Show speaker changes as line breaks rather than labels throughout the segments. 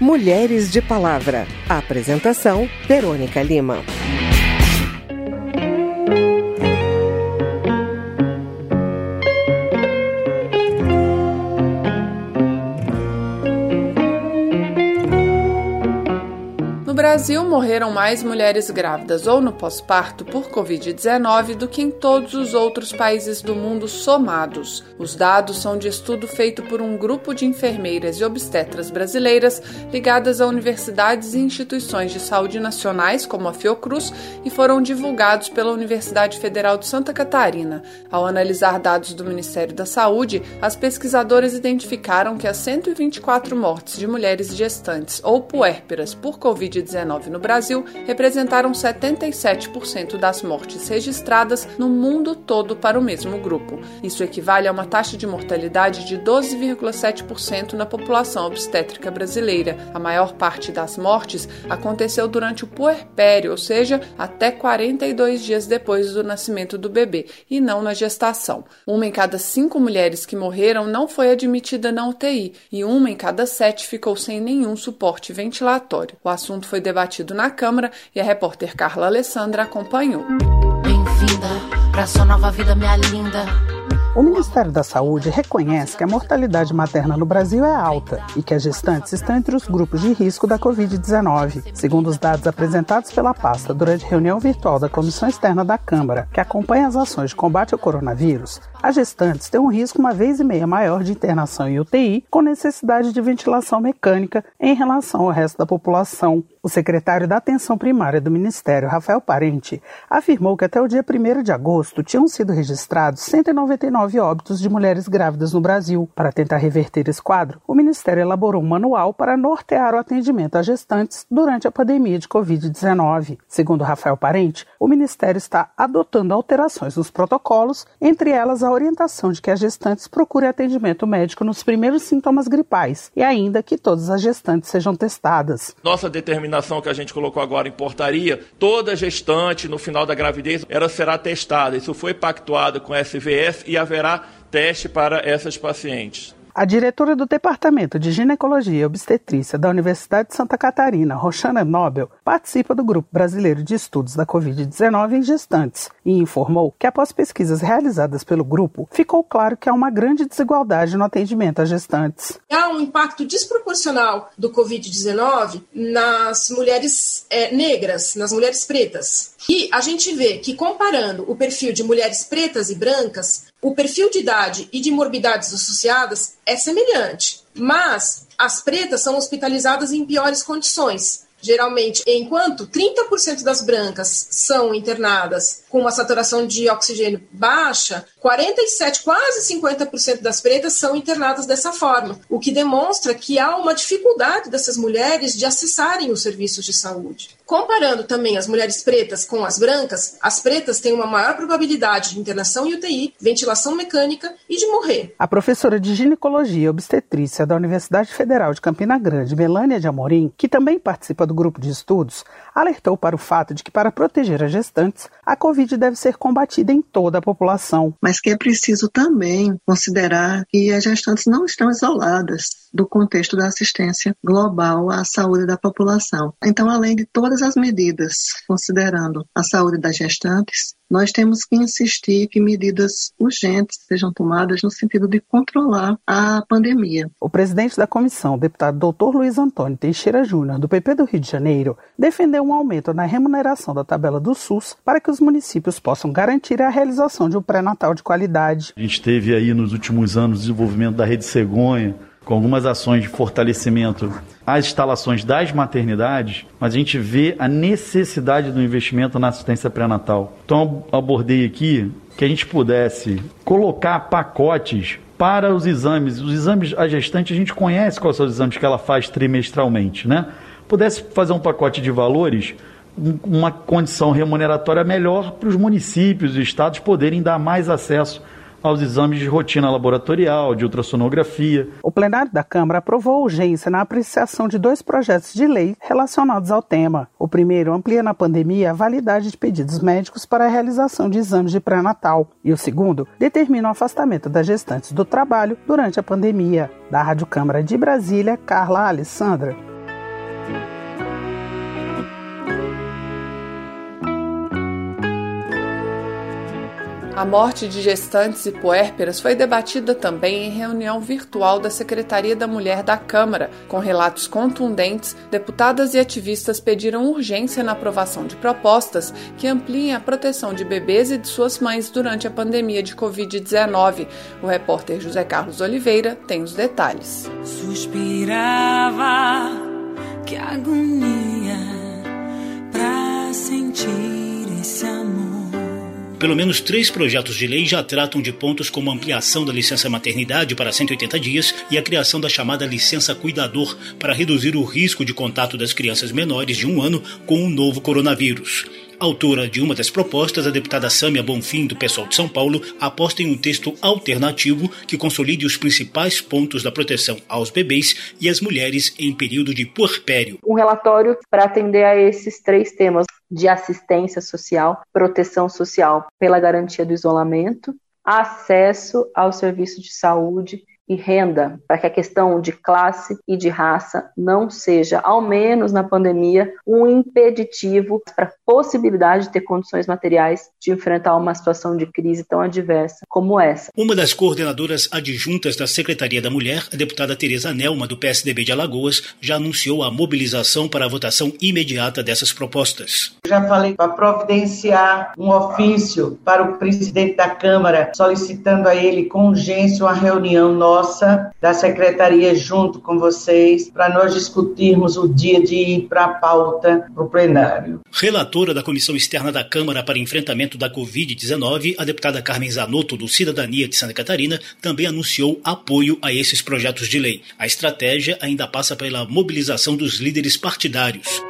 Mulheres de Palavra. Apresentação: Verônica Lima.
No Brasil, morreram mais mulheres grávidas ou no pós-parto por Covid-19 do que em todos os outros países do mundo somados. Os dados são de estudo feito por um grupo de enfermeiras e obstetras brasileiras ligadas a universidades e instituições de saúde nacionais, como a Fiocruz, e foram divulgados pela Universidade Federal de Santa Catarina. Ao analisar dados do Ministério da Saúde, as pesquisadoras identificaram que as 124 mortes de mulheres gestantes ou puérperas por Covid-19 no Brasil representaram 77% das mortes registradas no mundo todo para o mesmo grupo. Isso equivale a uma taxa de mortalidade de 12,7% na população obstétrica brasileira. A maior parte das mortes aconteceu durante o puerpério, ou seja, até 42 dias depois do nascimento do bebê, e não na gestação. 1 em cada 5 mulheres que morreram não foi admitida na UTI, e 1 em cada 7 ficou sem nenhum suporte ventilatório. O assunto foi debatido na Câmara e a repórter Carla Alessandra acompanhou.
Bem-vinda pra sua nova vida, minha linda.
O Ministério da Saúde reconhece que a mortalidade materna no Brasil é alta e que as gestantes estão entre os grupos de risco da Covid-19. Segundo os dados apresentados pela pasta durante reunião virtual da Comissão Externa da Câmara, que acompanha as ações de combate ao coronavírus, as gestantes têm um risco 1,5 vezes maior de internação em UTI, com necessidade de ventilação mecânica em relação ao resto da população. O secretário da Atenção Primária do Ministério, Rafael Parente, afirmou que até o dia 1º de agosto tinham sido registrados 199 óbitos de mulheres grávidas no Brasil. Para tentar reverter esse quadro, o Ministério elaborou um manual para nortear o atendimento a gestantes durante a pandemia de Covid-19. Segundo Rafael Parente, o Ministério está adotando alterações nos protocolos, entre elas a orientação de que as gestantes procurem atendimento médico nos primeiros sintomas gripais e ainda que todas as gestantes sejam testadas.
Nossa determinação que a gente colocou agora em portaria, toda gestante no final da gravidez ela será testada. Isso foi pactuado com a SVS e haverá teste para essas pacientes.
A diretora do Departamento de Ginecologia e Obstetrícia da Universidade de Santa Catarina, Roxana Nobel, participa do Grupo Brasileiro de Estudos da Covid-19 em Gestantes e informou que, após pesquisas realizadas pelo grupo, ficou claro que há uma grande desigualdade no atendimento a gestantes.
Há um impacto desproporcional do Covid-19 nas mulheres negras, nas mulheres pretas. E a gente vê que, comparando o perfil de mulheres pretas e brancas, o perfil de idade e de morbidades associadas é semelhante, mas as pretas são hospitalizadas em piores condições. Geralmente, enquanto 30% das brancas são internadas com uma saturação de oxigênio baixa, 47%, quase 50% das pretas são internadas dessa forma, o que demonstra que há uma dificuldade dessas mulheres de acessarem os serviços de saúde. Comparando também as mulheres pretas com as brancas, as pretas têm uma maior probabilidade de internação em UTI, ventilação mecânica e de morrer.
A professora de Ginecologia e Obstetrícia da Universidade Federal de Campina Grande, Melânia de Amorim, que também participa do grupo de estudos, alertou para o fato de que, para proteger as gestantes, a Covid deve ser combatida em toda a população.
Mas que é preciso também considerar que as gestantes não estão isoladas do contexto da assistência global à saúde da população. Então, além de todas as medidas considerando a saúde das gestantes, nós temos que insistir que medidas urgentes sejam tomadas no sentido de controlar a pandemia.
O presidente da comissão, o deputado Dr. Luiz Antônio Teixeira Júnior, do PP do Rio de Janeiro, defendeu um aumento na remuneração da tabela do SUS para que os municípios possam garantir a realização de um pré-natal de qualidade.
A gente teve aí nos últimos anos o desenvolvimento da Rede Cegonha, com algumas ações de fortalecimento às instalações das maternidades, mas a gente vê a necessidade do investimento na assistência pré-natal. Então, abordei aqui que a gente pudesse colocar pacotes para os exames. Os exames à gestante, a gente conhece quais são os exames que ela faz trimestralmente, né? Pudesse fazer um pacote de valores, uma condição remuneratória melhor para os municípios e estados poderem dar mais acesso aos exames de rotina laboratorial, de ultrassonografia.
O plenário da Câmara aprovou a urgência na apreciação de 2 projetos de lei relacionados ao tema. O primeiro amplia na pandemia a validade de pedidos médicos para a realização de exames de pré-natal. E o segundo determina o afastamento das gestantes do trabalho durante a pandemia. Da Rádio Câmara de Brasília, Carla Alessandra.
A morte de gestantes e puérperas foi debatida também em reunião virtual da Secretaria da Mulher da Câmara. Com relatos contundentes, deputadas e ativistas pediram urgência na aprovação de propostas que ampliem a proteção de bebês e de suas mães durante a pandemia de Covid-19. O repórter José Carlos Oliveira tem os detalhes.
Suspirava, que agonia, pra sentir esse amor.
Pelo menos 3 projetos de lei já tratam de pontos como a ampliação da licença maternidade para 180 dias e a criação da chamada licença cuidador para reduzir o risco de contato das crianças menores de 1 ano com o novo coronavírus. Autora de uma das propostas, a deputada Sâmia Bonfim, do PSOL de São Paulo, aposta em um texto alternativo que consolide os principais pontos da proteção aos bebês e às mulheres em período de puerpério.
Um relatório para atender a esses 3 temas de assistência social, proteção social pela garantia do isolamento, acesso ao serviço de saúde e renda, para que a questão de classe e de raça não seja, ao menos na pandemia, um impeditivo para a possibilidade de ter condições materiais de enfrentar uma situação de crise tão adversa como essa.
Uma das coordenadoras adjuntas da Secretaria da Mulher, a deputada Tereza Nelma, do PSDB de Alagoas, já anunciou a mobilização para a votação imediata dessas propostas.
Já falei para providenciar um ofício para o presidente da Câmara, solicitando a ele com urgência uma reunião nossa da Secretaria junto com vocês, para nós discutirmos o dia de ir para a pauta para o plenário.
Relatora da Comissão Externa da Câmara para Enfrentamento da Covid-19, a deputada Carmen Zanotto, do Cidadania de Santa Catarina, também anunciou apoio a esses projetos de lei. A estratégia ainda passa pela mobilização dos líderes partidários.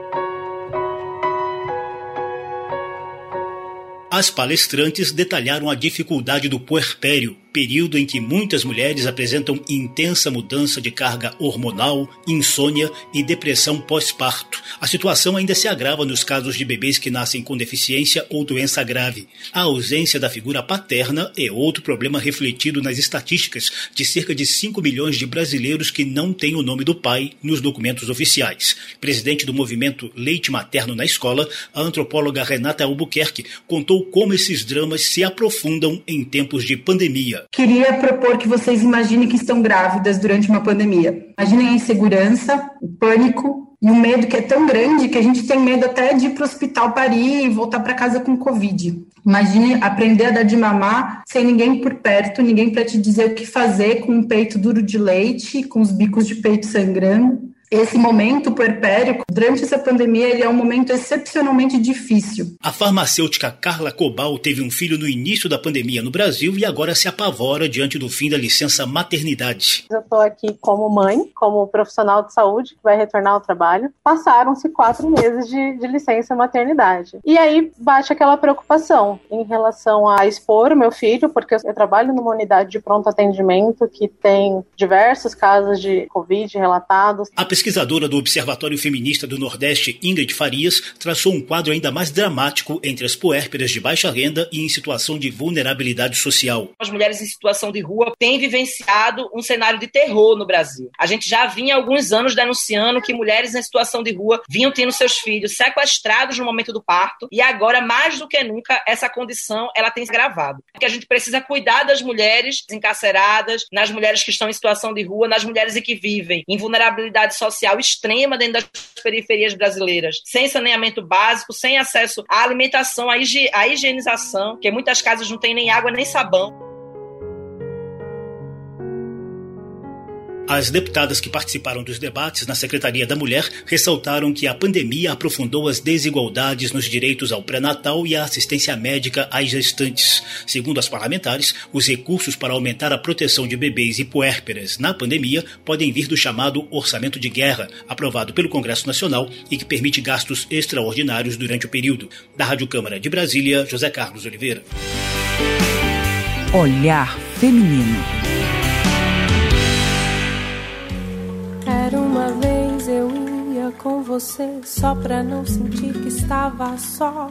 As palestrantes detalharam a dificuldade do puerpério, período em que muitas mulheres apresentam intensa mudança de carga hormonal, insônia e depressão pós-parto. A situação ainda se agrava nos casos de bebês que nascem com deficiência ou doença grave. A ausência da figura paterna é outro problema refletido nas estatísticas de cerca de 5 milhões de brasileiros que não têm o nome do pai nos documentos oficiais. Presidente do movimento Leite Materno na Escola, a antropóloga Renata Albuquerque contou como esses dramas se aprofundam em tempos de pandemia.
Queria propor que vocês imaginem que estão grávidas durante uma pandemia. Imaginem a insegurança, o pânico e o medo que é tão grande que a gente tem medo até de ir para o hospital parir e voltar para casa com Covid. Imagine aprender a dar de mamar sem ninguém por perto, ninguém para te dizer o que fazer, com um peito duro de leite, com os bicos de peito sangrando. Esse momento puerpério, durante essa pandemia, ele é um momento excepcionalmente difícil.
A farmacêutica Carla Cobal teve um filho no início da pandemia no Brasil e agora se apavora diante do fim da licença maternidade.
Eu estou aqui como mãe, como profissional de saúde que vai retornar ao trabalho. Passaram-se 4 meses de licença maternidade. E aí bate aquela preocupação em relação a expor o meu filho, porque eu trabalho numa unidade de pronto atendimento que tem diversos casos de Covid relatados.
A pesquisadora do Observatório Feminista do Nordeste, Ingrid Farias, traçou um quadro ainda mais dramático entre as puérperas de baixa renda e em situação de vulnerabilidade social.
As mulheres em situação de rua têm vivenciado um cenário de terror no Brasil. A gente já vinha há alguns anos denunciando que mulheres em situação de rua vinham tendo seus filhos sequestrados no momento do parto e agora, mais do que nunca, essa condição ela tem se agravado. Porque a gente precisa cuidar das mulheres encarceradas, nas mulheres que estão em situação de rua, nas mulheres que vivem em vulnerabilidade social extrema dentro das periferias brasileiras, sem saneamento básico, sem acesso à alimentação, à higienização, que muitas casas não têm nem água nem sabão.
As deputadas que participaram dos debates na Secretaria da Mulher ressaltaram que a pandemia aprofundou as desigualdades nos direitos ao pré-natal e à assistência médica às gestantes. Segundo as parlamentares, os recursos para aumentar a proteção de bebês e puérperas na pandemia podem vir do chamado Orçamento de Guerra, aprovado pelo Congresso Nacional e que permite gastos extraordinários durante o período. Da Rádio Câmara de Brasília, José Carlos Oliveira.
Olhar Feminino.
Era uma vez eu ia com você só pra não sentir que estava só.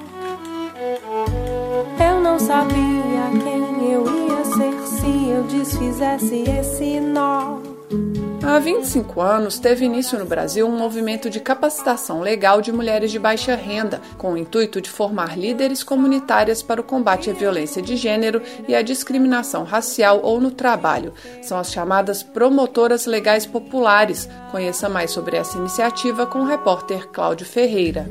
Eu não sabia quem eu ia ser se eu desfizesse esse nó.
Há 25 anos, teve início no Brasil um movimento de capacitação legal de mulheres de baixa renda, com o intuito de formar líderes comunitárias para o combate à violência de gênero e à discriminação racial ou no trabalho. São as chamadas promotoras legais populares. Conheça mais sobre essa iniciativa com o repórter Cláudio Ferreira.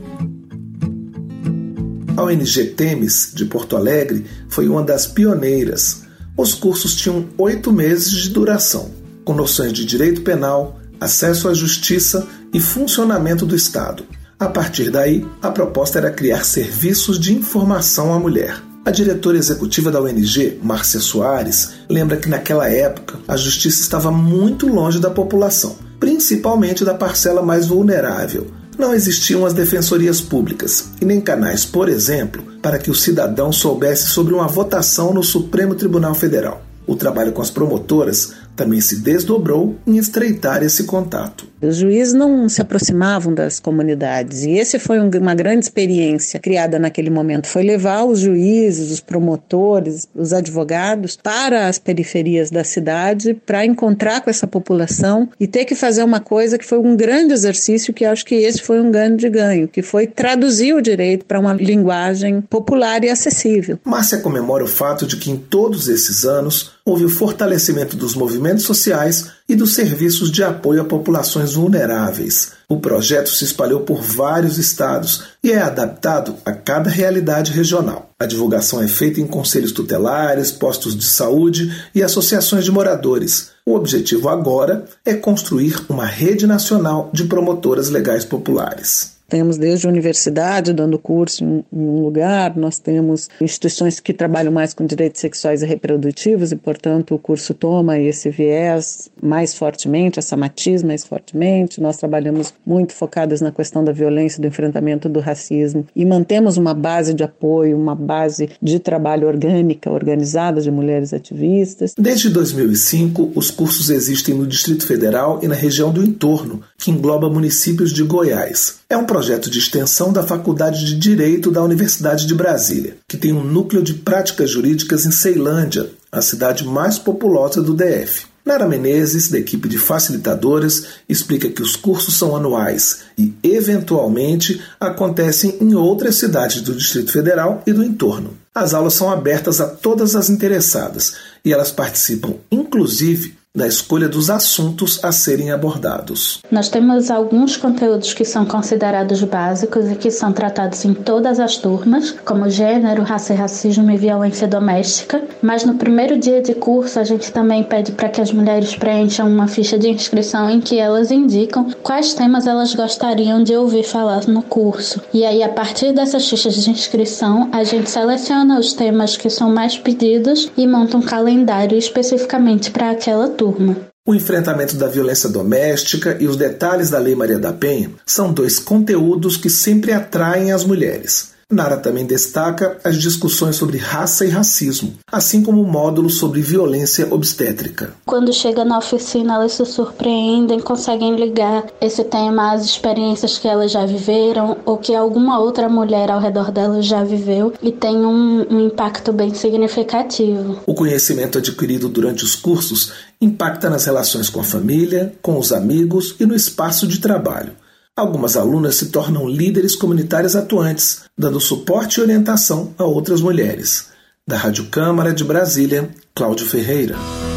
A ONG Temes, de Porto Alegre, foi uma das pioneiras. Os cursos tinham 8 meses de duração, com noções de direito penal, acesso à justiça e funcionamento do Estado. A partir daí, a proposta era criar serviços de informação à mulher. A diretora executiva da ONG, Márcia Soares, lembra que naquela época a justiça estava muito longe da população, principalmente da parcela mais vulnerável. Não existiam as defensorias públicas e nem canais, por exemplo, para que o cidadão soubesse sobre uma votação no Supremo Tribunal Federal. O trabalho com as promotoras também se desdobrou em estreitar esse contato.
Os juízes não se aproximavam das comunidades, e esse foi uma grande experiência criada naquele momento, foi levar os juízes, os promotores, os advogados para as periferias da cidade para encontrar com essa população e ter que fazer uma coisa que foi um grande exercício, que acho que esse foi um grande ganho, que foi traduzir o direito para uma linguagem popular e acessível.
Márcia comemora o fato de que em todos esses anos houve o fortalecimento dos movimentos sociais e dos serviços de apoio a populações vulneráveis. O projeto se espalhou por vários estados e é adaptado a cada realidade regional. A divulgação é feita em conselhos tutelares, postos de saúde e associações de moradores. O objetivo agora é construir uma rede nacional de promotoras legais populares.
Temos desde a universidade dando curso em um lugar, nós temos instituições que trabalham mais com direitos sexuais e reprodutivos e, portanto, o curso toma esse viés mais fortemente, essa matiz mais fortemente. Nós trabalhamos muito focadas na questão da violência, do enfrentamento do racismo e mantemos uma base de apoio, uma base de trabalho orgânica, organizada de mulheres ativistas.
Desde 2005, os cursos existem no Distrito Federal e na região do entorno, que engloba municípios de Goiás. É um projeto de extensão da Faculdade de Direito da Universidade de Brasília, que tem um núcleo de práticas jurídicas em Ceilândia, a cidade mais populosa do DF. Nara Menezes, da equipe de facilitadoras, explica que os cursos são anuais e, eventualmente, acontecem em outras cidades do Distrito Federal e do entorno. As aulas são abertas a todas as interessadas e elas participam, inclusive, da escolha dos assuntos a serem abordados.
Nós temos alguns conteúdos que são considerados básicos e que são tratados em todas as turmas, como gênero, raça e racismo e violência doméstica, mas no primeiro dia de curso a gente também pede para que as mulheres preencham uma ficha de inscrição em que elas indicam quais temas elas gostariam de ouvir falar no curso. E aí, a partir dessas fichas de inscrição, a gente seleciona os temas que são mais pedidos e monta um calendário especificamente para aquela turma.
O enfrentamento da violência doméstica e os detalhes da Lei Maria da Penha são 2 conteúdos que sempre atraem as mulheres. Nara também destaca as discussões sobre raça e racismo, assim como o módulo sobre violência obstétrica.
Quando chega na oficina, elas se surpreendem, conseguem ligar esse tema às experiências que elas já viveram ou que alguma outra mulher ao redor delas já viveu e tem um impacto bem significativo.
O conhecimento adquirido durante os cursos impacta nas relações com a família, com os amigos e no espaço de trabalho. Algumas alunas se tornam líderes comunitárias atuantes, dando suporte e orientação a outras mulheres. Da Rádio Câmara de Brasília, Cláudio Ferreira.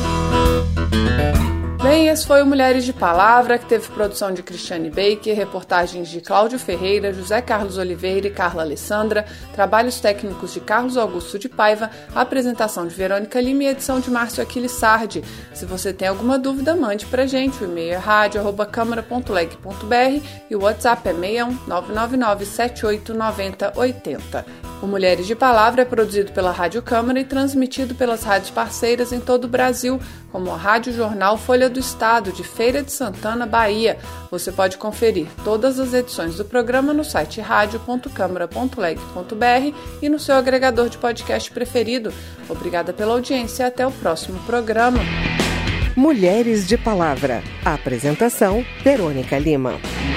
Bem, esse foi o Mulheres de Palavra, que teve produção de Cristiane Baker, reportagens de Cláudio Ferreira, José Carlos Oliveira e Carla Alessandra, trabalhos técnicos de Carlos Augusto de Paiva, apresentação de Verônica Lima e edição de Márcio Aquiles Sardi. Se você tem alguma dúvida, mande pra gente. O e-mail é radio@câmara.leg.br e o WhatsApp é 61 999 78 90 80. O Mulheres de Palavra é produzido pela Rádio Câmara e transmitido pelas rádios parceiras em todo o Brasil, como a Rádio Jornal Folha do Estado, de Feira de Santana, Bahia. Você pode conferir todas as edições do programa no site radio.câmara.leg.br e no seu agregador de podcast preferido. Obrigada pela audiência e até o próximo programa.
Mulheres de Palavra. Apresentação, Verônica Lima.